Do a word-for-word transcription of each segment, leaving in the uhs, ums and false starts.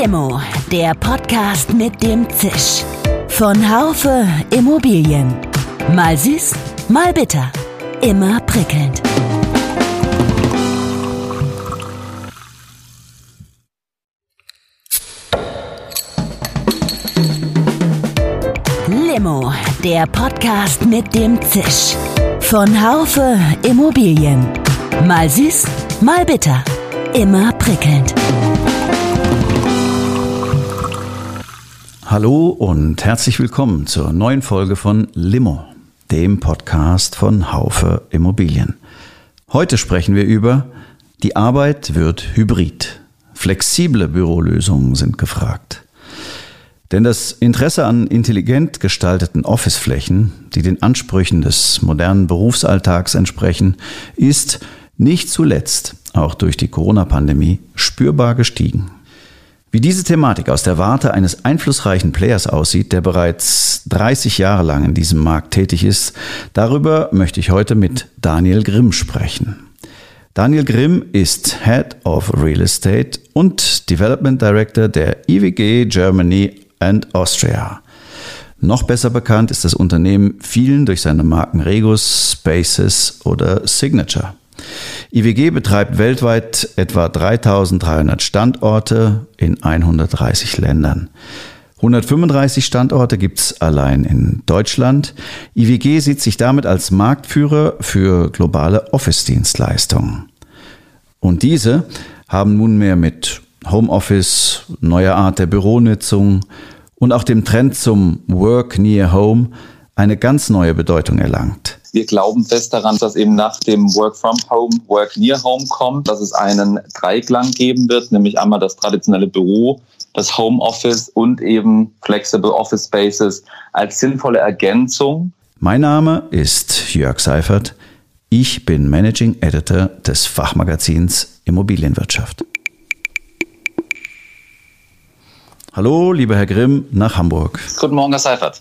Limo, der Podcast mit dem Zisch. Von Haufe Immobilien. Mal süß, mal bitter. Immer prickelnd. Limo, der Podcast mit dem Zisch. Von Haufe Immobilien. Mal süß, mal bitter. Immer prickelnd. Hallo und herzlich willkommen zur neuen Folge von Limo, dem Podcast von Haufe Immobilien. Heute sprechen wir über: Die Arbeit wird hybrid. Flexible Bürolösungen sind gefragt. Denn das Interesse an intelligent gestalteten Officeflächen, die den Ansprüchen des modernen Berufsalltags entsprechen, ist nicht zuletzt auch durch die Corona-Pandemie spürbar gestiegen. Wie diese Thematik aus der Warte eines einflussreichen Players aussieht, der bereits dreißig Jahre lang in diesem Markt tätig ist, darüber möchte ich heute mit Daniel Grimm sprechen. Daniel Grimm ist Head of Real Estate und Development Director der I W G Germany and Austria. Noch besser bekannt ist das Unternehmen vielen durch seine Marken Regus, Spaces oder Signature. I W G betreibt weltweit etwa dreitausenddreihundert Standorte in hundertdreißig Ländern. hundertfünfunddreißig Standorte gibt es allein in Deutschland. I W G sieht sich damit als Marktführer für globale Office-Dienstleistungen. Und diese haben nunmehr mit Homeoffice, neuer Art der Büronutzung und auch dem Trend zum Work Near Home eine ganz neue Bedeutung erlangt. Wir glauben fest daran, dass eben nach dem Work from Home, Work Near Home kommt, dass es einen Dreiklang geben wird, nämlich einmal das traditionelle Büro, das Homeoffice und eben Flexible Office Spaces als sinnvolle Ergänzung. Mein Name ist Jörg Seifert. Ich bin Managing Editor des Fachmagazins Immobilienwirtschaft. Hallo, lieber Herr Grimm, nach Hamburg. Guten Morgen, Herr Seifert.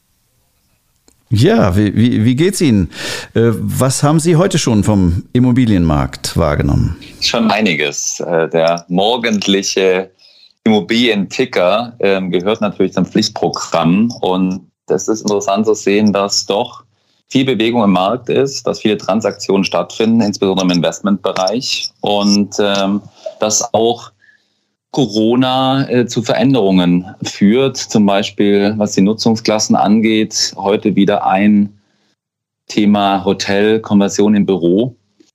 Ja, wie, wie, wie geht's Ihnen? Äh, was haben Sie heute schon vom Immobilienmarkt wahrgenommen? Schon einiges. Der morgendliche Immobilienticker äh, gehört natürlich zum Pflichtprogramm. Und es ist interessant zu sehen, dass doch viel Bewegung im Markt ist, dass viele Transaktionen stattfinden, insbesondere im Investmentbereich. Und ähm, dass auch Corona äh, zu Veränderungen führt, zum Beispiel was die Nutzungsklassen angeht. Heute wieder ein Thema Hotel, Konversion in Büro.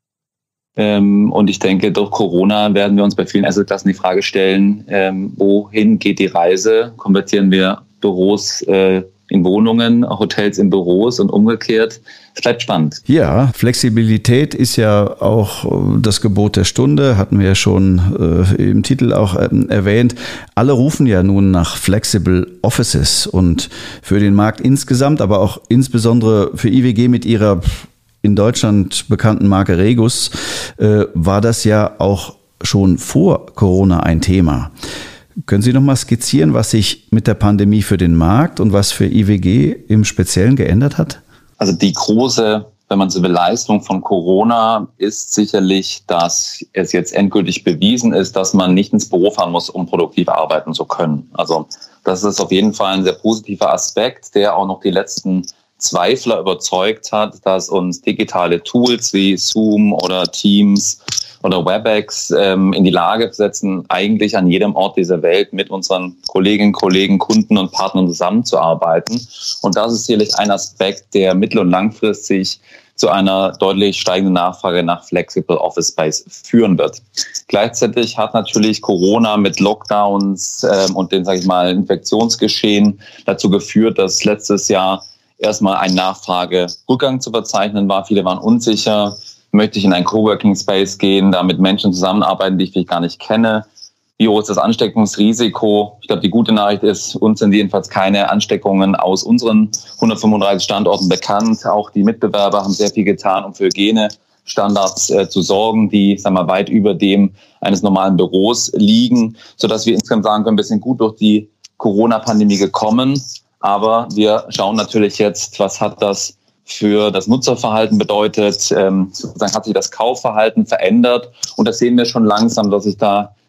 Ähm, und ich denke, durch Corona werden wir uns bei vielen Assetklassen die Frage stellen, ähm, wohin geht die Reise? Konvertieren wir Büros äh, in Wohnungen, Hotels in Büros und umgekehrt? Es bleibt spannend. Ja, Flexibilität ist ja auch das Gebot der Stunde, hatten wir ja schon äh, im Titel auch äh, erwähnt. Alle rufen ja nun nach Flexible Offices und für den Markt insgesamt, aber auch insbesondere für I W G mit ihrer in Deutschland bekannten Marke Regus, äh, war das ja auch schon vor Corona ein Thema. Können Sie noch mal skizzieren, was sich mit der Pandemie für den Markt und was für I W G im Speziellen geändert hat? Also die große, wenn man so will, Leistung von Corona ist sicherlich, dass es jetzt endgültig bewiesen ist, dass man nicht ins Büro fahren muss, um produktiv arbeiten zu können. Also das ist auf jeden Fall ein sehr positiver Aspekt, der auch noch die letzten Zweifler überzeugt hat, dass uns digitale Tools wie Zoom oder Teams oder WebEx ähm, in die Lage setzen, eigentlich an jedem Ort dieser Welt mit unseren Kolleginnen, Kollegen, Kunden und Partnern zusammenzuarbeiten. Und das ist sicherlich ein Aspekt, der mittel- und langfristig zu einer deutlich steigenden Nachfrage nach Flexible Office Space führen wird. Gleichzeitig hat natürlich Corona mit Lockdowns ähm, und den, sage ich mal, Infektionsgeschehen dazu geführt, dass letztes Jahr erstmal ein Nachfragerückgang zu verzeichnen war. Viele waren unsicher. Möchte ich in einen Coworking Space gehen, da mit Menschen zusammenarbeiten, die ich vielleicht gar nicht kenne? Wie hoch ist das Ansteckungsrisiko? Ich glaube, die gute Nachricht ist, uns sind jedenfalls keine Ansteckungen aus unseren hundertfünfunddreißig Standorten bekannt. Auch die Mitbewerber haben sehr viel getan, um für Hygienestandards äh, zu sorgen, die, sagen wir mal, weit über dem eines normalen Büros liegen, sodass wir insgesamt sagen können, wir sind gut durch die Corona-Pandemie gekommen. Aber wir schauen natürlich jetzt, was hat das für das Nutzerverhalten bedeutet, ähm, sozusagen hat sich das Kaufverhalten verändert. Und das sehen wir schon langsam, dass sich da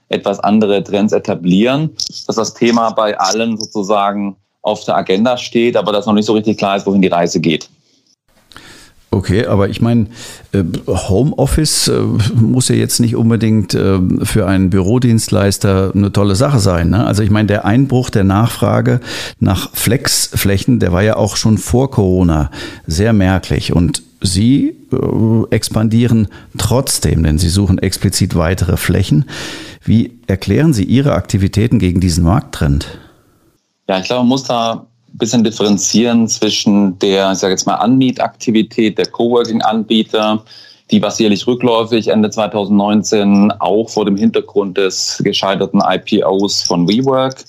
etwas andere Trends etablieren, dass das Thema bei allen sozusagen auf der Agenda steht, aber dass noch nicht so richtig klar ist, wohin die Reise geht. Okay, aber ich meine, Homeoffice muss ja jetzt nicht unbedingt für einen Bürodienstleister eine tolle Sache sein, ne? Also ich meine, der Einbruch der Nachfrage nach Flexflächen, der war ja auch schon vor Corona sehr merklich. Und Sie expandieren trotzdem, denn Sie suchen explizit weitere Flächen. Wie erklären Sie Ihre Aktivitäten gegen diesen Markttrend? Ja, ich glaube, man muss da ein bisschen differenzieren zwischen der, ich sage jetzt mal, Anmietaktivität der Coworking-Anbieter, die war sicherlich rückläufig Ende zwanzig neunzehn, auch vor dem Hintergrund des gescheiterten I P Os von WeWork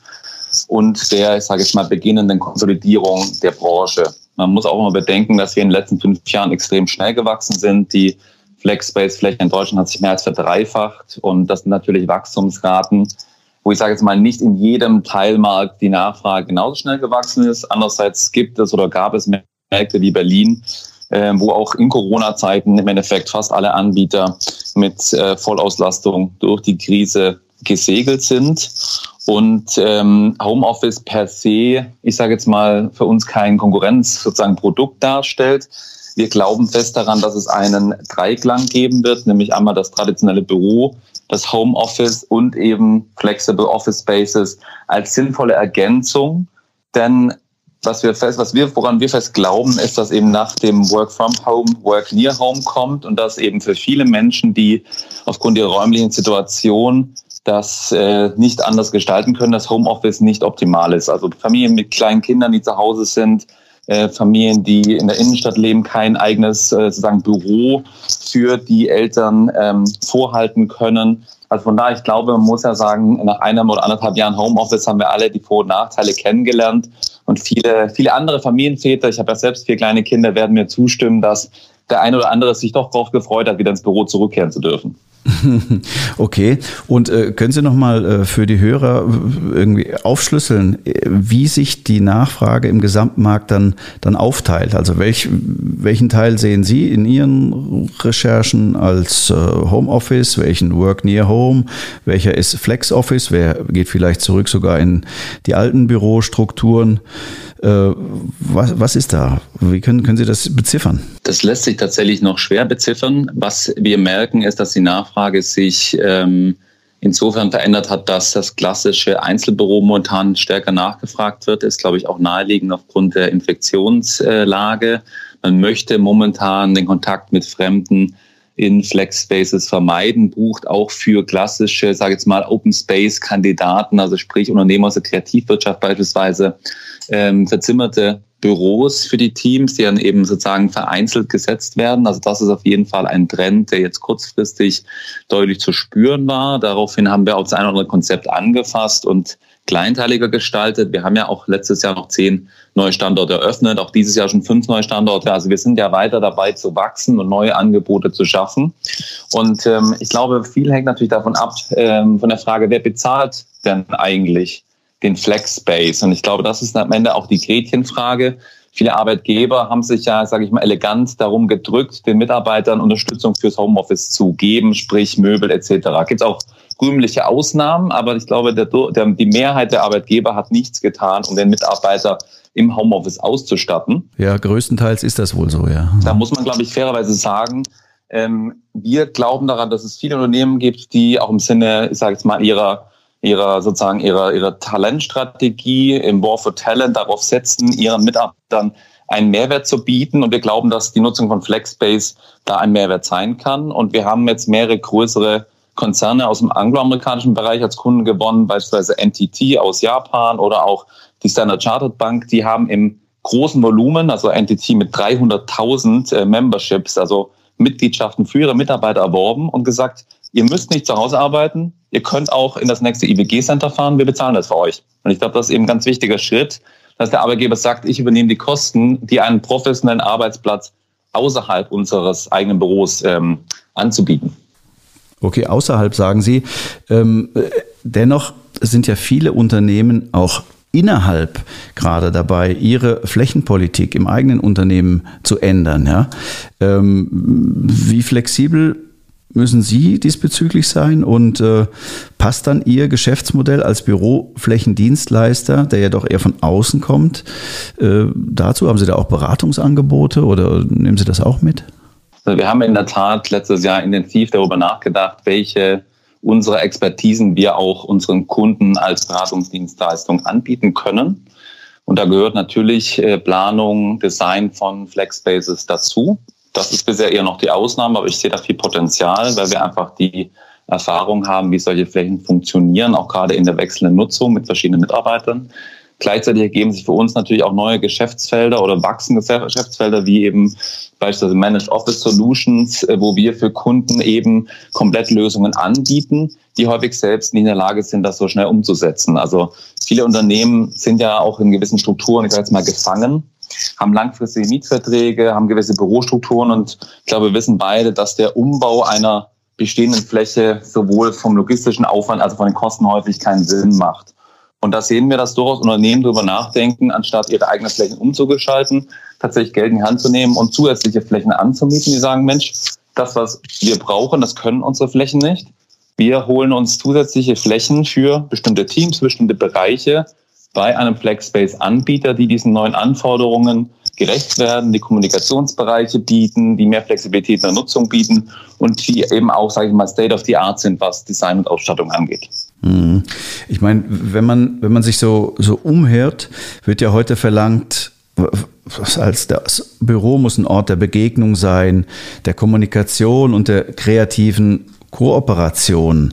und der, ich sage jetzt mal, beginnenden Konsolidierung der Branche. Man muss auch immer bedenken, dass wir in den letzten fünf Jahren extrem schnell gewachsen sind. Die Flexspace-Fläche in Deutschland hat sich mehr als verdreifacht und das sind natürlich Wachstumsraten, wo ich sage jetzt mal, nicht in jedem Teilmarkt die Nachfrage genauso schnell gewachsen ist. Andererseits gibt es oder gab es Märkte wie Berlin, äh, wo auch in Corona-Zeiten im Endeffekt fast alle Anbieter mit äh, Vollauslastung durch die Krise gesegelt sind. Und ähm, Homeoffice per se, ich sage jetzt mal, für uns kein Konkurrenz sozusagen Produkt darstellt. Wir glauben fest daran, dass es einen Dreiklang geben wird, nämlich einmal das traditionelle Büro, das Homeoffice und eben Flexible Office Spaces als sinnvolle Ergänzung. Denn was wir fest, was wir, woran wir fest glauben, ist, dass eben nach dem Work from Home, Work near Home kommt und dass eben für viele Menschen, die aufgrund ihrer räumlichen Situation das äh, nicht anders gestalten können, das Homeoffice nicht optimal ist. Also Familien mit kleinen Kindern, die zu Hause sind, äh, Familien, die in der Innenstadt leben, kein eigenes äh, sozusagen Büro für die Eltern ähm, vorhalten können. Also von daher, ich glaube, man muss ja sagen, nach einem oder anderthalb Jahren Homeoffice haben wir alle die Vor- und Nachteile kennengelernt. Und viele, viele andere Familienväter, ich habe ja selbst vier kleine Kinder, werden mir zustimmen, dass der eine oder andere sich doch darauf gefreut hat, wieder ins Büro zurückkehren zu dürfen. Okay, und äh, können Sie noch mal äh, für die Hörer irgendwie aufschlüsseln, wie sich die Nachfrage im Gesamtmarkt dann, dann aufteilt? Also welch, welchen Teil sehen Sie in Ihren Recherchen als äh, Homeoffice, welchen Work Near Home, welcher ist Flex Office, wer geht vielleicht zurück sogar in die alten Bürostrukturen? Äh, was, was ist da? Wie können, können Sie das beziffern? Das lässt sich tatsächlich noch schwer beziffern. Was wir merken, ist, dass die Nachfrage sich ähm, insofern verändert hat, dass das klassische Einzelbüro momentan stärker nachgefragt wird. Ist, glaube ich, auch naheliegend aufgrund der Infektionslage. Man möchte momentan den Kontakt mit Fremden in Flex-Spaces vermeiden, bucht auch für klassische, sage ich jetzt mal, Open-Space-Kandidaten, also sprich Unternehmer aus der Kreativwirtschaft beispielsweise, ähm, verzimmerte Büros für die Teams, die dann eben sozusagen vereinzelt gesetzt werden. Also das ist auf jeden Fall ein Trend, der jetzt kurzfristig deutlich zu spüren war. Daraufhin haben wir auch das ein oder andere Konzept angefasst und kleinteiliger gestaltet. Wir haben ja auch letztes Jahr noch zehn neue Standorte eröffnet, auch dieses Jahr schon fünf neue Standorte. Also wir sind ja weiter dabei zu wachsen und neue Angebote zu schaffen. Und ähm, ich glaube, viel hängt natürlich davon ab, ähm, von der Frage, wer bezahlt denn eigentlich den Flex Space? Und ich glaube, das ist am Ende auch die Gretchenfrage. Viele Arbeitgeber haben sich ja, sage ich mal, elegant darum gedrückt, den Mitarbeitern Unterstützung fürs Homeoffice zu geben, sprich Möbel et cetera. Gibt es auch rühmliche Ausnahmen, aber ich glaube, der, der, die Mehrheit der Arbeitgeber hat nichts getan, um den Mitarbeiter im Homeoffice auszustatten. Ja, größtenteils ist das wohl so, ja. Da muss man, glaube ich, fairerweise sagen, ähm, wir glauben daran, dass es viele Unternehmen gibt, die auch im Sinne, ich sage jetzt mal, ihrer ihrer sozusagen ihrer ihrer Talentstrategie im War for Talent darauf setzen, ihren Mitarbeitern einen Mehrwert zu bieten. Und wir glauben, dass die Nutzung von FlexSpace da ein Mehrwert sein kann. Und wir haben jetzt mehrere größere Konzerne aus dem angloamerikanischen Bereich als Kunden gewonnen, beispielsweise N T T aus Japan oder auch die Standard Chartered Bank. Die haben im großen Volumen, also N T T mit dreihunderttausend äh, Memberships, also Mitgliedschaften für ihre Mitarbeiter erworben und gesagt, ihr müsst nicht zu Hause arbeiten, ihr könnt auch in das nächste I W G-Center fahren, wir bezahlen das für euch. Und ich glaube, das ist eben ein ganz wichtiger Schritt, dass der Arbeitgeber sagt, ich übernehme die Kosten, die einen professionellen Arbeitsplatz außerhalb unseres eigenen Büros ähm, anzubieten. Okay, außerhalb sagen Sie. Ähm, dennoch sind ja viele Unternehmen auch innerhalb gerade dabei, ihre Flächenpolitik im eigenen Unternehmen zu ändern. Ja? Ähm, wie flexibel müssen Sie diesbezüglich sein und äh, passt dann Ihr Geschäftsmodell als Büroflächendienstleister, der ja doch eher von außen kommt, äh, dazu? Haben Sie da auch Beratungsangebote oder nehmen Sie das auch mit? Wir haben in der Tat letztes Jahr intensiv darüber nachgedacht, welche unserer Expertisen wir auch unseren Kunden als Beratungsdienstleistung anbieten können. Und da gehört natürlich äh, Planung, Design von Flexspaces dazu. Das ist bisher eher noch die Ausnahme, aber ich sehe da viel Potenzial, weil wir einfach die Erfahrung haben, wie solche Flächen funktionieren, auch gerade in der wechselnden Nutzung mit verschiedenen Mitarbeitern. Gleichzeitig ergeben sich für uns natürlich auch neue Geschäftsfelder oder wachsende Geschäftsfelder, wie eben beispielsweise Managed Office Solutions, wo wir für Kunden eben Komplettlösungen anbieten, die häufig selbst nicht in der Lage sind, das so schnell umzusetzen. Also viele Unternehmen sind ja auch in gewissen Strukturen, ich sage jetzt mal, gefangen, haben langfristige Mietverträge, haben gewisse Bürostrukturen und ich glaube, wir wissen beide, dass der Umbau einer bestehenden Fläche sowohl vom logistischen Aufwand als auch von den Kosten häufig keinen Sinn macht. Und da sehen wir, dass durchaus Unternehmen darüber nachdenken, anstatt ihre eigenen Flächen umzugestalten, tatsächlich Geld in die Hand zu nehmen und zusätzliche Flächen anzumieten. Die sagen, Mensch, das, was wir brauchen, das können unsere Flächen nicht. Wir holen uns zusätzliche Flächen für bestimmte Teams, bestimmte Bereiche bei einem Flexspace-Anbieter, die diesen neuen Anforderungen gerecht werden, die Kommunikationsbereiche bieten, die mehr Flexibilität in der Nutzung bieten und die eben auch, sage ich mal, State of the Art sind, was Design und Ausstattung angeht. Ich meine, wenn man, wenn man sich so, so umhört, wird ja heute verlangt, als das Büro muss ein Ort der Begegnung sein, der Kommunikation und der kreativen Kooperation.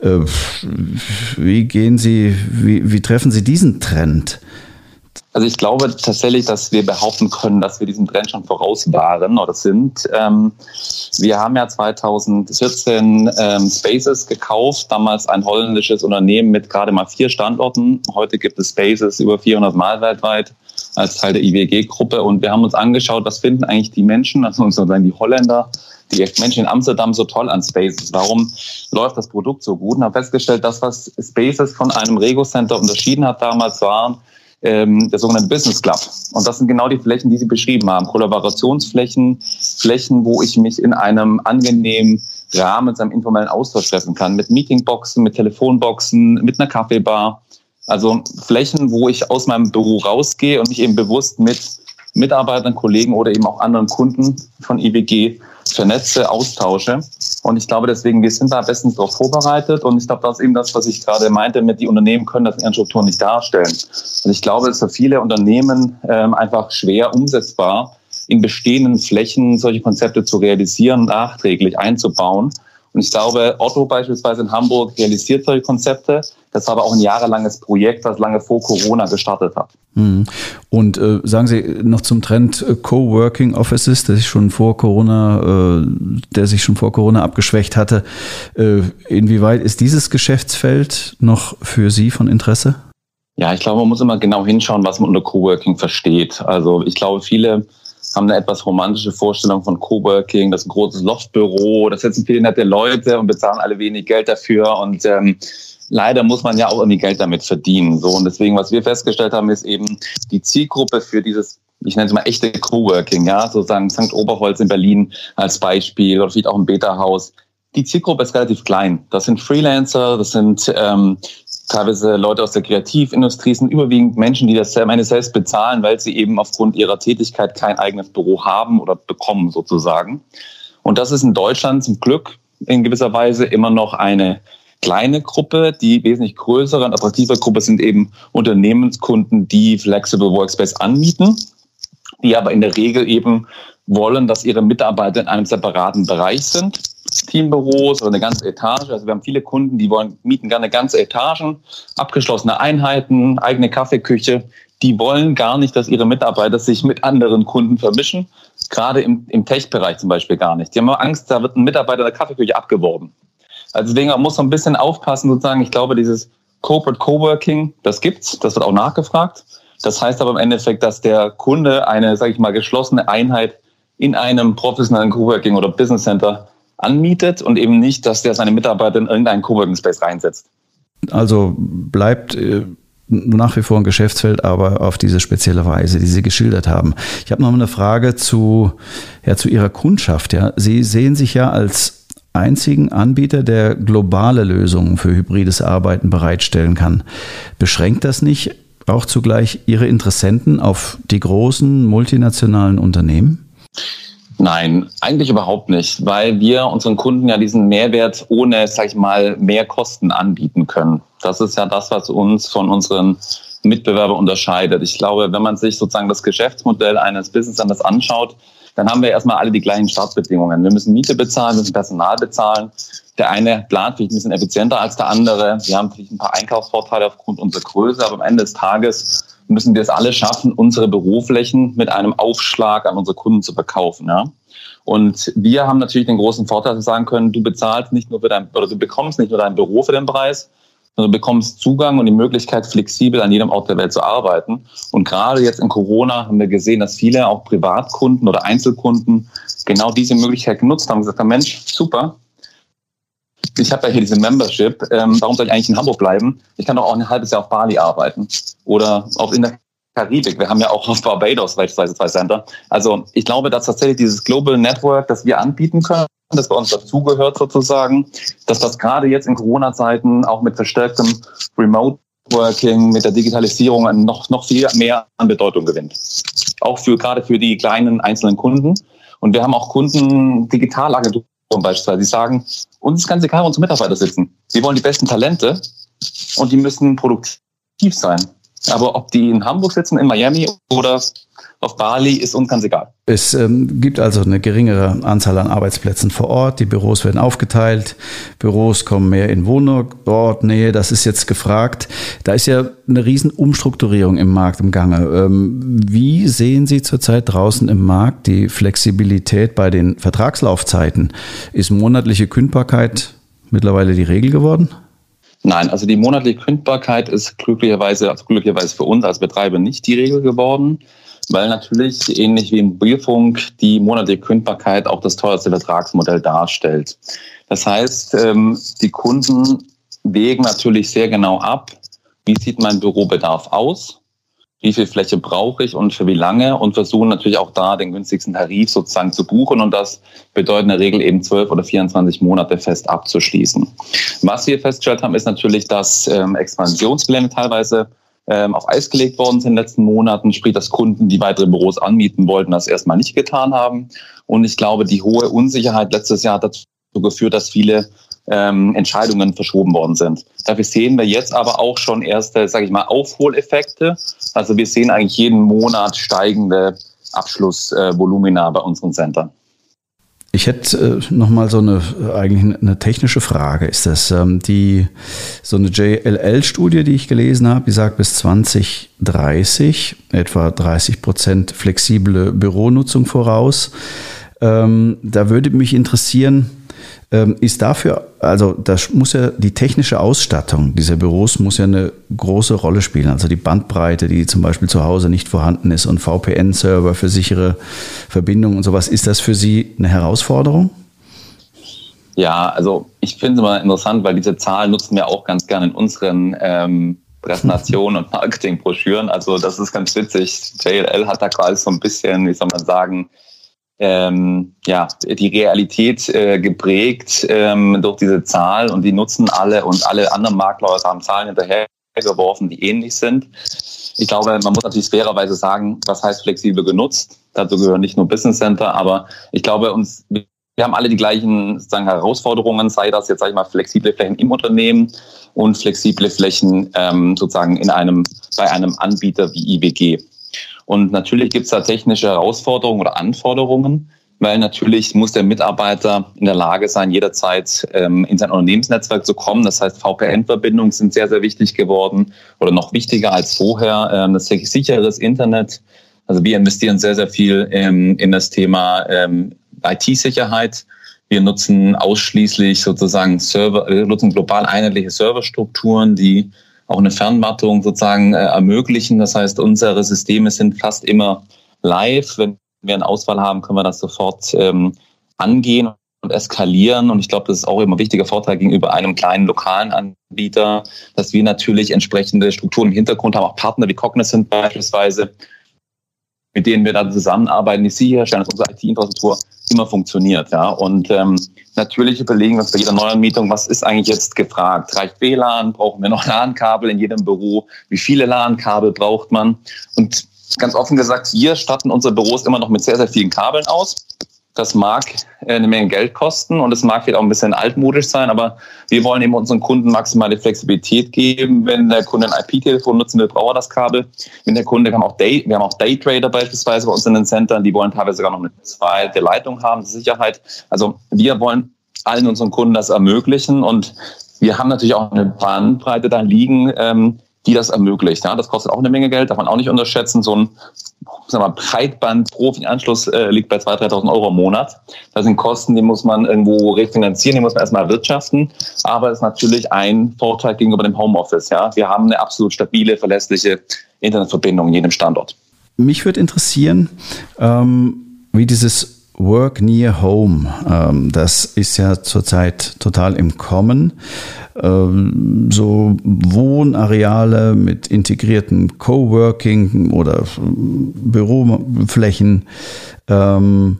Wie gehen Sie, wie, wie treffen Sie diesen Trend? Also ich glaube tatsächlich, dass wir behaupten können, dass wir diesem Trend schon voraus waren oder sind. Ähm, wir haben ja zweitausendvierzehn ähm, Spaces gekauft, damals ein holländisches Unternehmen mit gerade mal vier Standorten. Heute gibt es Spaces über vierhundert Mal weltweit als Teil der I W G-Gruppe. Und wir haben uns angeschaut, was finden eigentlich die Menschen, also sozusagen die Holländer, die Menschen in Amsterdam so toll an Spaces. Warum läuft das Produkt so gut? Und habe festgestellt, dass was Spaces von einem Rego Center unterschieden hat damals waren, ähm, der sogenannte Business Club. Und das sind genau die Flächen, die Sie beschrieben haben. Kollaborationsflächen, Flächen, wo ich mich in einem angenehmen Rahmen, zu einem informellen Austausch treffen kann. Mit Meetingboxen, mit Telefonboxen, mit einer Kaffeebar. Also Flächen, wo ich aus meinem Büro rausgehe und mich eben bewusst mit Mitarbeitern, Kollegen oder eben auch anderen Kunden von I W G vernetze, austausche. Und ich glaube deswegen, wir sind da bestens darauf vorbereitet. Und ich glaube, das ist eben das, was ich gerade meinte, mit die Unternehmen können das in ihren Strukturen nicht darstellen. Also ich glaube, es ist für viele Unternehmen ähm, einfach schwer umsetzbar, in bestehenden Flächen solche Konzepte zu realisieren, nachträglich einzubauen. Und ich glaube, Otto beispielsweise in Hamburg realisiert solche Konzepte. Das war aber auch ein jahrelanges Projekt, was lange vor Corona gestartet hat. Und äh, sagen Sie noch zum Trend äh, Coworking Offices, der sich schon vor Corona, äh, der sich schon vor Corona abgeschwächt hatte. Äh, inwieweit ist dieses Geschäftsfeld noch für Sie von Interesse? Ja, ich glaube, man muss immer genau hinschauen, was man unter Coworking versteht. Also ich glaube, viele haben eine etwas romantische Vorstellung von Coworking, das ist ein großes Loftbüro, da sitzen viele nette Leute und bezahlen alle wenig Geld dafür und ähm, leider muss man ja auch irgendwie Geld damit verdienen. So, und deswegen, was wir festgestellt haben, ist eben die Zielgruppe für dieses, ich nenne es mal echte Coworking, ja, sozusagen Sankt Oberholz in Berlin als Beispiel oder vielleicht auch ein Beta-Haus. Die Zielgruppe ist relativ klein. Das sind Freelancer, das sind ähm, teilweise Leute aus der Kreativindustrie, sind überwiegend Menschen, die das meine selbst bezahlen, weil sie eben aufgrund ihrer Tätigkeit kein eigenes Büro haben oder bekommen sozusagen. Und das ist in Deutschland zum Glück in gewisser Weise immer noch eine kleine Gruppe. Die wesentlich größere und attraktive Gruppe sind eben Unternehmenskunden, die Flexible Workspace anbieten, die aber in der Regel eben wollen, dass ihre Mitarbeiter in einem separaten Bereich sind. Teambüros oder eine ganze Etage. Also wir haben viele Kunden, die wollen, mieten gerne ganze Etagen, abgeschlossene Einheiten, eigene Kaffeeküche. Die wollen gar nicht, dass ihre Mitarbeiter sich mit anderen Kunden vermischen. Gerade im, im Tech-Bereich zum Beispiel gar nicht. Die haben immer Angst, da wird ein Mitarbeiter in der Kaffeeküche abgeworben. Also deswegen man muss man ein bisschen aufpassen, sozusagen. Ich glaube, dieses Corporate Coworking, das gibt's, das wird auch nachgefragt. Das heißt aber im Endeffekt, dass der Kunde eine, sage ich mal, geschlossene Einheit in einem professionellen Coworking oder Business Center anmietet und eben nicht, dass der seine Mitarbeiter in irgendeinen Coworking Space reinsetzt. Also bleibt äh, nach wie vor ein Geschäftsfeld, aber auf diese spezielle Weise, die Sie geschildert haben. Ich habe noch eine Frage zu, ja, zu Ihrer Kundschaft. Ja. Sie sehen sich ja als einzigen Anbieter, der globale Lösungen für hybrides Arbeiten bereitstellen kann. Beschränkt das nicht auch zugleich Ihre Interessenten auf die großen multinationalen Unternehmen? Nein, eigentlich überhaupt nicht, weil wir unseren Kunden ja diesen Mehrwert ohne, sag ich mal, mehr Kosten anbieten können. Das ist ja das, was uns von unseren Mitbewerbern unterscheidet. Ich glaube, wenn man sich sozusagen das Geschäftsmodell eines Business Centers anschaut, dann haben wir erstmal alle die gleichen Startbedingungen. Wir müssen Miete bezahlen, wir müssen Personal bezahlen. Der eine plant vielleicht ein bisschen effizienter als der andere. Wir haben vielleicht ein paar Einkaufsvorteile aufgrund unserer Größe, aber am Ende des Tages müssen wir es alle schaffen, unsere Büroflächen mit einem Aufschlag an unsere Kunden zu verkaufen. Ja? Und wir haben natürlich den großen Vorteil, dass wir sagen können, du bezahlst nicht nur für dein, oder du bekommst nicht nur dein Büro für den Preis, sondern du bekommst Zugang und die Möglichkeit, flexibel an jedem Ort der Welt zu arbeiten. Und gerade jetzt in Corona haben wir gesehen, dass viele auch Privatkunden oder Einzelkunden genau diese Möglichkeit genutzt haben und gesagt haben, Mensch, super, ich habe ja hier diese Membership, ähm, warum soll ich eigentlich in Hamburg bleiben? Ich kann doch auch ein halbes Jahr auf Bali arbeiten oder auch in der Karibik. Wir haben ja auch auf Barbados beispielsweise zwei Center. Also ich glaube, dass tatsächlich dieses Global Network, das wir anbieten können, das bei uns dazugehört sozusagen, dass das gerade jetzt in Corona-Zeiten auch mit verstärktem Remote-Working, mit der Digitalisierung noch, noch viel mehr an Bedeutung gewinnt. Auch für gerade für die kleinen einzelnen Kunden. Und wir haben auch Kunden, Digitalagenturen beispielsweise, die sagen, uns ist ganz egal, wo unsere Mitarbeiter sitzen. Wir wollen die besten Talente und die müssen produktiv sein. Aber ob die in Hamburg sitzen, in Miami oder auf Bali, ist uns ganz egal. Es ähm, gibt also eine geringere Anzahl an Arbeitsplätzen vor Ort. Die Büros werden aufgeteilt. Büros kommen mehr in Wohnortnähe. Das ist jetzt gefragt. Da ist ja eine riesen Umstrukturierung im Markt im Gange. Ähm, wie sehen Sie zurzeit draußen im Markt die Flexibilität bei den Vertragslaufzeiten? Ist monatliche Kündbarkeit mittlerweile die Regel geworden? Nein, also die monatliche Kündbarkeit ist glücklicherweise, also glücklicherweise für uns als Betreiber nicht die Regel geworden, weil natürlich ähnlich wie im Mobilfunk die monatliche Kündbarkeit auch das teuerste Vertragsmodell darstellt. Das heißt, die Kunden wägen natürlich sehr genau ab, wie sieht mein Bürobedarf aus, wie viel Fläche brauche ich und für wie lange, und versuchen natürlich auch da den günstigsten Tarif sozusagen zu buchen, und das bedeutet in der Regel eben zwölf oder vierundzwanzig Monate fest abzuschließen. Was wir festgestellt haben, ist natürlich, dass ähm, Expansionspläne teilweise ähm, auf Eis gelegt worden sind in den letzten Monaten, sprich, dass Kunden, die weitere Büros anmieten wollten, das erstmal nicht getan haben. Und ich glaube, die hohe Unsicherheit letztes Jahr hat dazu geführt, dass viele ähm, Entscheidungen verschoben worden sind. Dafür sehen wir jetzt aber auch schon erste, sage ich mal, Aufholeffekte. Also wir sehen eigentlich jeden Monat steigende Abschlussvolumina äh, bei unseren Centern. Ich hätte äh, nochmal so eine, eigentlich eine technische Frage. Ist das ähm, die, so eine J L L-Studie, die ich gelesen habe, die sagt, bis zwanzig dreißig etwa dreißig Prozent flexible Büronutzung voraus. Ähm, da würde mich interessieren, ähm, ist dafür, also das muss ja die technische Ausstattung dieser Büros muss ja eine große Rolle spielen. Also die Bandbreite, die zum Beispiel zu Hause nicht vorhanden ist, und V P N-Server für sichere Verbindungen und sowas. Ist das für Sie eine Herausforderung? Ja, also ich finde es immer interessant, weil diese Zahlen nutzen wir auch ganz gerne in unseren ähm, Präsentationen und Marketingbroschüren. Also das ist ganz witzig. J L L hat da gerade so ein bisschen, wie soll man sagen, Ähm, ja, die Realität äh, geprägt ähm, durch diese Zahl, und die nutzen alle, und alle anderen Marktleute haben Zahlen hinterhergeworfen, die ähnlich sind. Ich glaube, man muss natürlich fairerweise sagen, was heißt flexibel genutzt? Dazu gehören nicht nur Business Center, aber ich glaube, uns, wir haben alle die gleichen sozusagen Herausforderungen, sei das jetzt, sag ich mal, flexible Flächen im Unternehmen und flexible Flächen ähm, sozusagen in einem, bei einem Anbieter wie I W G. Und natürlich gibt es da technische Herausforderungen oder Anforderungen, weil natürlich muss der Mitarbeiter in der Lage sein, jederzeit ähm, in sein Unternehmensnetzwerk zu kommen. Das heißt, V P N-Verbindungen sind sehr, sehr wichtig geworden oder noch wichtiger als vorher. Ähm, das sicheres Internet. Also wir investieren sehr, sehr viel ähm, in das Thema ähm, I T-Sicherheit. Wir nutzen ausschließlich sozusagen Server, wir nutzen global einheitliche Serverstrukturen, die auch eine Fernwartung sozusagen äh, ermöglichen. Das heißt, unsere Systeme sind fast immer live. Wenn wir eine Auswahl haben, können wir das sofort ähm, angehen und eskalieren. Und ich glaube, das ist auch immer ein wichtiger Vorteil gegenüber einem kleinen lokalen Anbieter, dass wir natürlich entsprechende Strukturen im Hintergrund haben, auch Partner wie Cognizant beispielsweise, mit denen wir dann zusammenarbeiten, die sicherstellen, dass unsere I T-Infrastruktur immer funktioniert. Ja. Und ähm, natürlich überlegen wir uns bei jeder Neuanmietung, was ist eigentlich jetzt gefragt? Reicht W L A N? Brauchen wir noch LAN-Kabel in jedem Büro? Wie viele LAN-Kabel braucht man? Und ganz offen gesagt, wir statten unsere Büros immer noch mit sehr, sehr vielen Kabeln aus. Das mag eine Menge Geld kosten und es mag vielleicht auch ein bisschen altmodisch sein, aber wir wollen eben unseren Kunden maximale Flexibilität geben. Wenn der Kunde ein I P-Telefon nutzen will, braucht er das Kabel. Wenn der Kunde, wir haben auch, Day, wir haben auch Daytrader beispielsweise bei uns in den Centern, die wollen teilweise sogar noch eine zweite Leitung haben, Sicherheit. Also wir wollen allen unseren Kunden das ermöglichen und wir haben natürlich auch eine Bandbreite da liegen, ähm, die das ermöglicht. Ja, das kostet auch eine Menge Geld, darf man auch nicht unterschätzen. So ein sagen wir mal, Breitband-Profi-Anschluss äh, liegt bei zweitausend, dreitausend Euro im Monat. Das sind Kosten, die muss man irgendwo refinanzieren, die muss man erstmal erwirtschaften. Aber es ist natürlich ein Vorteil gegenüber dem Homeoffice. Ja, wir haben eine absolut stabile, verlässliche Internetverbindung in jedem Standort. Mich würde interessieren, ähm, wie dieses Work Near Home, ähm, das ist ja zurzeit total im Kommen. Ähm, so Wohnareale mit integriertem Coworking oder Büroflächen. Ähm,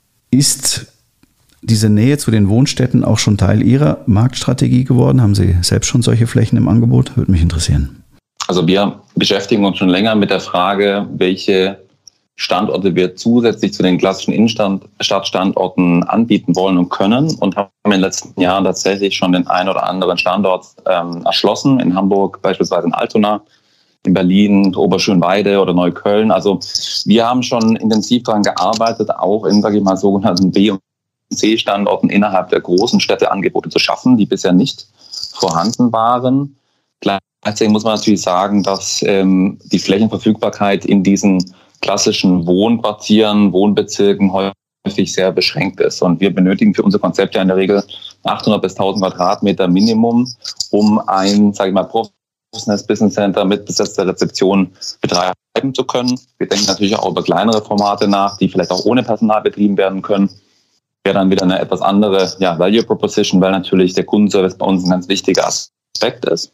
ist diese Nähe zu den Wohnstätten auch schon Teil Ihrer Marktstrategie geworden? Haben Sie selbst schon solche Flächen im Angebot? Würde mich interessieren. Also wir beschäftigen uns schon länger mit der Frage, welche Standorte wir zusätzlich zu den klassischen Innenstadtstandorten anbieten wollen und können und haben in den letzten Jahren tatsächlich schon den einen oder anderen Standort ähm, erschlossen. In Hamburg beispielsweise in Altona, in Berlin, Oberschönweide oder Neukölln. Also wir haben schon intensiv daran gearbeitet, auch in, sage ich mal, sogenannten B- und C-Standorten innerhalb der großen Städte Angebote zu schaffen, die bisher nicht vorhanden waren. Gleichzeitig muss man natürlich sagen, dass ähm, die Flächenverfügbarkeit in diesen klassischen Wohnquartieren, Wohnbezirken häufig sehr beschränkt ist. Und wir benötigen für unser Konzept ja in der Regel achthundert bis tausend Quadratmeter Minimum, um ein, sage ich mal, professionelles Business Center mit besetzter Rezeption betreiben zu können. Wir denken natürlich auch über kleinere Formate nach, die vielleicht auch ohne Personal betrieben werden können. Wäre dann wieder eine etwas andere ja, Value Proposition, weil natürlich der Kundenservice bei uns ein ganz wichtiger Aspekt ist.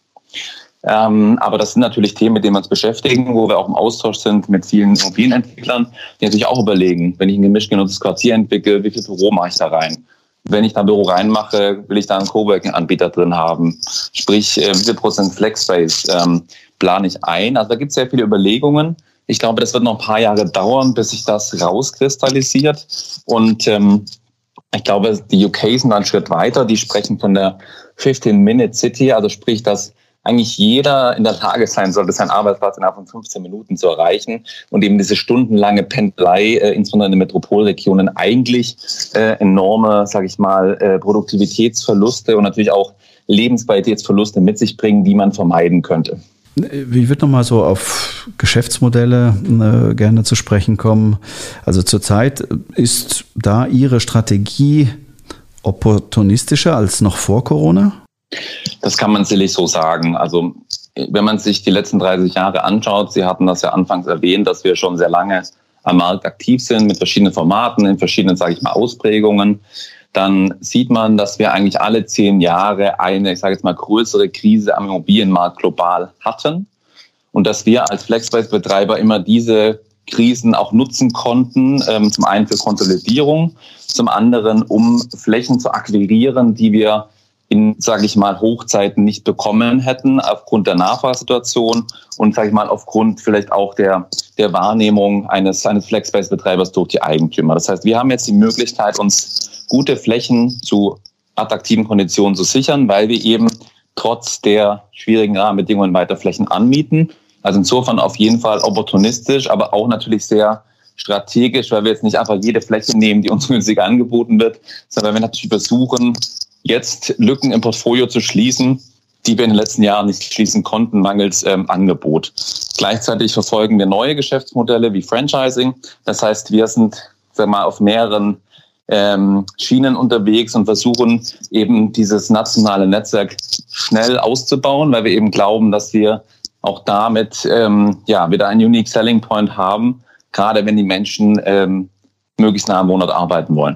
Ähm, aber das sind natürlich Themen, mit denen wir uns beschäftigen, wo wir auch im Austausch sind mit vielen Immobilienentwicklern, die natürlich auch überlegen, wenn ich ein gemischt genutztes Quartier entwickle, wie viel Büro mache ich da rein? Wenn ich da ein Büro reinmache, will ich da einen Coworking-Anbieter drin haben? Sprich, äh, wie viel Prozent Flexspace ähm, plane ich ein? Also da gibt es sehr viele Überlegungen. Ich glaube, das wird noch ein paar Jahre dauern, bis sich das rauskristallisiert. Und ähm, ich glaube, die U K sind einen Schritt weiter. Die sprechen von der fifteen-Minute City, also sprich, dass eigentlich jeder in der Lage sein sollte, seinen Arbeitsplatz innerhalb von fünfzehn Minuten zu erreichen und eben diese stundenlange Pendelei, äh, insbesondere in den Metropolregionen, eigentlich äh, enorme, sage ich mal, äh, Produktivitätsverluste und natürlich auch Lebensqualitätsverluste mit sich bringen, die man vermeiden könnte. Ich würde nochmal so auf Geschäftsmodelle äh, gerne zu sprechen kommen. Also zurzeit ist da Ihre Strategie opportunistischer als noch vor Corona? Das kann man sicherlich so sagen. Also wenn man sich die letzten dreißig Jahre anschaut, Sie hatten das ja anfangs erwähnt, dass wir schon sehr lange am Markt aktiv sind mit verschiedenen Formaten, in verschiedenen, sage ich mal, Ausprägungen, dann sieht man, dass wir eigentlich alle zehn Jahre eine, ich sage jetzt mal, größere Krise am Immobilienmarkt global hatten und dass wir als Flexspace-Betreiber immer diese Krisen auch nutzen konnten, ähm, zum einen für Konsolidierung, zum anderen, um Flächen zu akquirieren, die wir in, sage ich mal, Hochzeiten nicht bekommen hätten, aufgrund der Nachfragesituation und, sage ich mal, aufgrund vielleicht auch der, der Wahrnehmung eines, eines Flexspace-Betreibers durch die Eigentümer. Das heißt, wir haben jetzt die Möglichkeit, uns gute Flächen zu attraktiven Konditionen zu sichern, weil wir eben trotz der schwierigen Rahmenbedingungen weiter Flächen anmieten. Also insofern auf jeden Fall opportunistisch, aber auch natürlich sehr strategisch, weil wir jetzt nicht einfach jede Fläche nehmen, die uns günstig angeboten wird, sondern wir natürlich versuchen, jetzt Lücken im Portfolio zu schließen, die wir in den letzten Jahren nicht schließen konnten, mangels ähm, Angebot. Gleichzeitig verfolgen wir neue Geschäftsmodelle wie Franchising. Das heißt, wir sind, sagen wir mal, auf mehreren ähm, Schienen unterwegs und versuchen eben dieses nationale Netzwerk schnell auszubauen, weil wir eben glauben, dass wir auch damit ähm, ja wieder einen Unique Selling Point haben, gerade wenn die Menschen ähm, möglichst nah am Wohnort arbeiten wollen.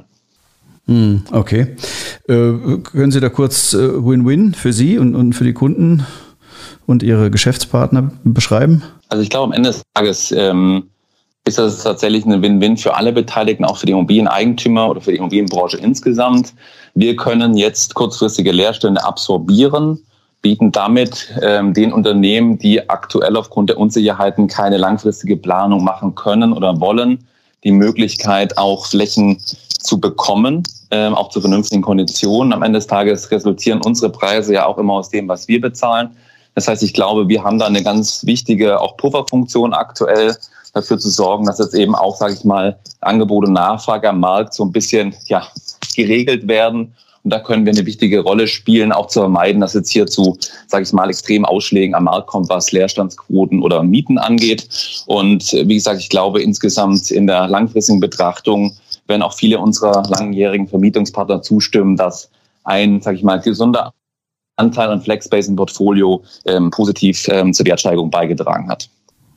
Okay. Äh, können Sie da kurz äh, Win-Win für Sie und, und für die Kunden und Ihre Geschäftspartner beschreiben? Also ich glaube, am Ende des Tages ähm, ist das tatsächlich eine Win-Win für alle Beteiligten, auch für die Immobilieneigentümer oder für die Immobilienbranche insgesamt. Wir können jetzt kurzfristige Leerstände absorbieren, bieten damit ähm, den Unternehmen, die aktuell aufgrund der Unsicherheiten keine langfristige Planung machen können oder wollen, die Möglichkeit, auch Flächen zu bekommen, ähm, auch zu vernünftigen Konditionen. Am Ende des Tages resultieren unsere Preise ja auch immer aus dem, was wir bezahlen. Das heißt, ich glaube, wir haben da eine ganz wichtige auch Pufferfunktion aktuell, dafür zu sorgen, dass jetzt eben auch, sage ich mal, Angebot und Nachfrage am Markt so ein bisschen ja geregelt werden. Und da können wir eine wichtige Rolle spielen, auch zu vermeiden, dass jetzt hier zu, sage ich mal, extremen Ausschlägen am Markt kommt, was Leerstandsquoten oder Mieten angeht. Und wie gesagt, ich glaube, insgesamt in der langfristigen Betrachtung werden auch viele unserer langjährigen Vermietungspartner zustimmen, dass ein, sage ich mal, gesunder Anteil an Flexspace im Portfolio ähm, positiv ähm, zur Wertsteigerung beigetragen hat.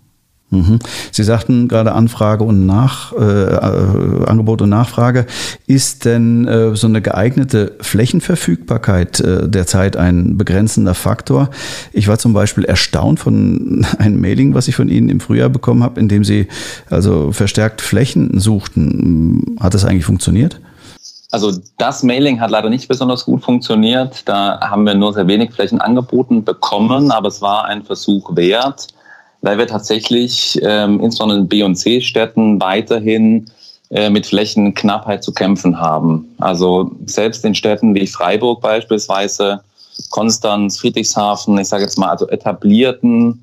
Sie sagten gerade Anfrage und Nach, äh, äh, Angebot und Nachfrage. Ist denn äh, so eine geeignete Flächenverfügbarkeit äh, derzeit ein begrenzender Faktor? Ich war zum Beispiel erstaunt von einem Mailing, was ich von Ihnen im Frühjahr bekommen habe, in dem Sie also verstärkt Flächen suchten. Hat das eigentlich funktioniert? Also das Mailing hat leider nicht besonders gut funktioniert. Da haben wir nur sehr wenig Flächen angeboten bekommen, aber es war ein Versuch wert, weil wir tatsächlich ähm, insbesondere in B- und C-Städten weiterhin äh, mit Flächenknappheit zu kämpfen haben. Also selbst in Städten wie Freiburg beispielsweise, Konstanz, Friedrichshafen, ich sage jetzt mal also etablierten,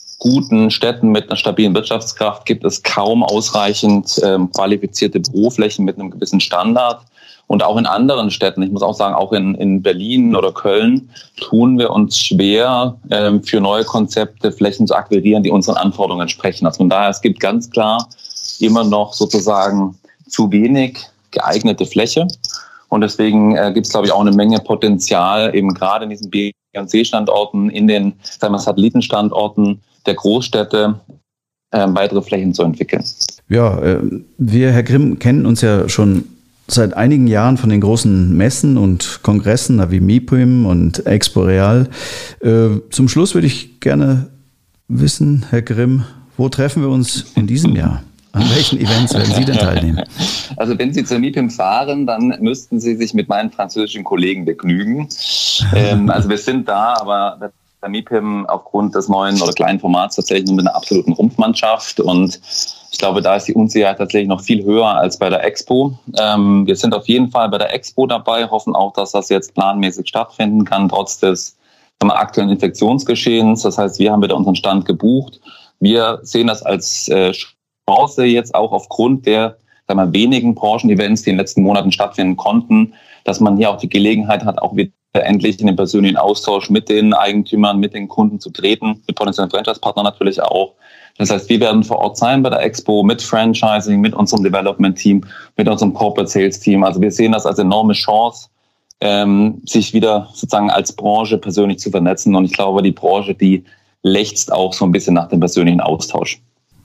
guten Städten mit einer stabilen Wirtschaftskraft gibt es kaum ausreichend ähm, qualifizierte Büroflächen mit einem gewissen Standard. Und auch in anderen Städten, ich muss auch sagen, auch in, in Berlin oder Köln, tun wir uns schwer, ähm, für neue Konzepte Flächen zu akquirieren, die unseren Anforderungen entsprechen. Also von daher, es gibt ganz klar immer noch sozusagen zu wenig geeignete Fläche. Und deswegen äh, gibt es, glaube ich, auch eine Menge Potenzial, eben gerade in diesen B- und C-Standorten, in den, sagen wir, Satellitenstandorten der Großstädte, äh, weitere Flächen zu entwickeln. Ja, äh, wir, Herr Grimm, kennen uns ja schon seit einigen Jahren von den großen Messen und Kongressen wie MIPIM und Expo Real. Äh, zum Schluss würde ich gerne wissen, Herr Grimm, wo treffen wir uns in diesem Jahr? An welchen Events werden Sie denn teilnehmen? Also wenn Sie zur MIPIM fahren, dann müssten Sie sich mit meinen französischen Kollegen begnügen. ähm, also wir sind da, aber der MIPIM aufgrund des neuen oder kleinen Formats tatsächlich nur mit einer absoluten Rumpfmannschaft, und ich glaube, da ist die Unsicherheit tatsächlich noch viel höher als bei der Expo. Ähm, wir sind auf jeden Fall bei der Expo dabei, hoffen auch, dass das jetzt planmäßig stattfinden kann, trotz des aktuellen Infektionsgeschehens. Das heißt, wir haben wieder unseren Stand gebucht. Wir sehen das als äh, Chance jetzt auch aufgrund der, sagen wir, wenigen Branchen-Events, die in den letzten Monaten stattfinden konnten, dass man hier auch die Gelegenheit hat, auch wieder endlich in den persönlichen Austausch mit den Eigentümern, mit den Kunden zu treten, mit potenziellen Franchise-Partnern natürlich auch. Das heißt, wir werden vor Ort sein bei der Expo mit Franchising, mit unserem Development-Team, mit unserem Corporate-Sales-Team. Also wir sehen das als enorme Chance, ähm, sich wieder sozusagen als Branche persönlich zu vernetzen. Und ich glaube, die Branche, die lechzt auch so ein bisschen nach dem persönlichen Austausch.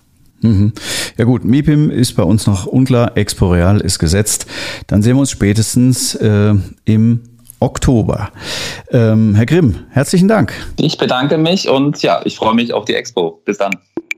Mhm. Ja gut, MIPIM ist bei uns noch unklar, Expo Real ist gesetzt. Dann sehen wir uns spätestens äh, im Oktober. Ähm, Herr Grimm, herzlichen Dank. Ich bedanke mich und ja, ich freue mich auf die Expo. Bis dann.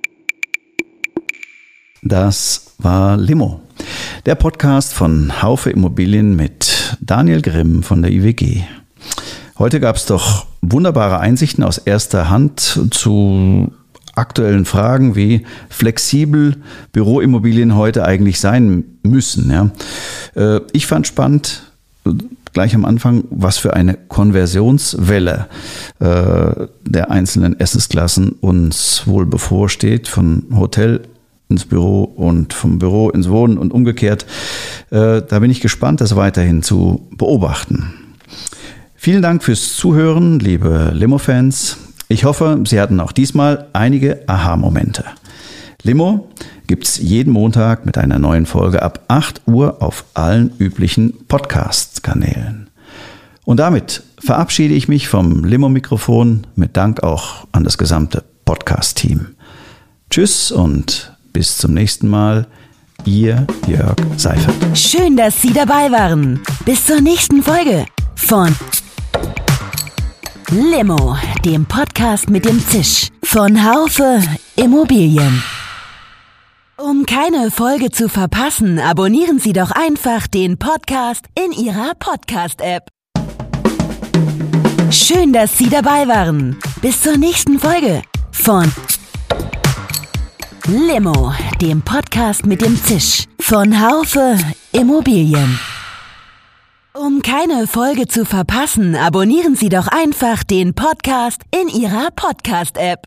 Das war Limo, der Podcast von Haufe Immobilien mit Daniel Grimm von der I W G. Heute gab es doch wunderbare Einsichten aus erster Hand zu aktuellen Fragen, wie flexibel Büroimmobilien heute eigentlich sein müssen. Ja. Ich fand spannend, gleich am Anfang, was für eine Konversionswelle äh, der einzelnen Essensklassen uns wohl bevorsteht, von Hotel ins Büro und vom Büro ins Wohnen und umgekehrt. Äh, da bin ich gespannt, das weiterhin zu beobachten. Vielen Dank fürs Zuhören, liebe Limo-Fans. Ich hoffe, Sie hatten auch diesmal einige Aha-Momente. Limo gibt's jeden Montag mit einer neuen Folge ab acht Uhr auf allen üblichen Podcast-Kanälen. Und damit verabschiede ich mich vom Limo-Mikrofon mit Dank auch an das gesamte Podcast-Team. Tschüss und bis zum nächsten Mal. Ihr Jörg Seifert. Schön, dass Sie dabei waren. Bis zur nächsten Folge von Limo, dem Podcast mit dem Zisch von Haufe Immobilien. Um keine Folge zu verpassen, abonnieren Sie doch einfach den Podcast in Ihrer Podcast-App. Schön, dass Sie dabei waren. Bis zur nächsten Folge von Limo, dem Podcast mit dem Zisch von Haufe Immobilien. Um keine Folge zu verpassen, abonnieren Sie doch einfach den Podcast in Ihrer Podcast-App.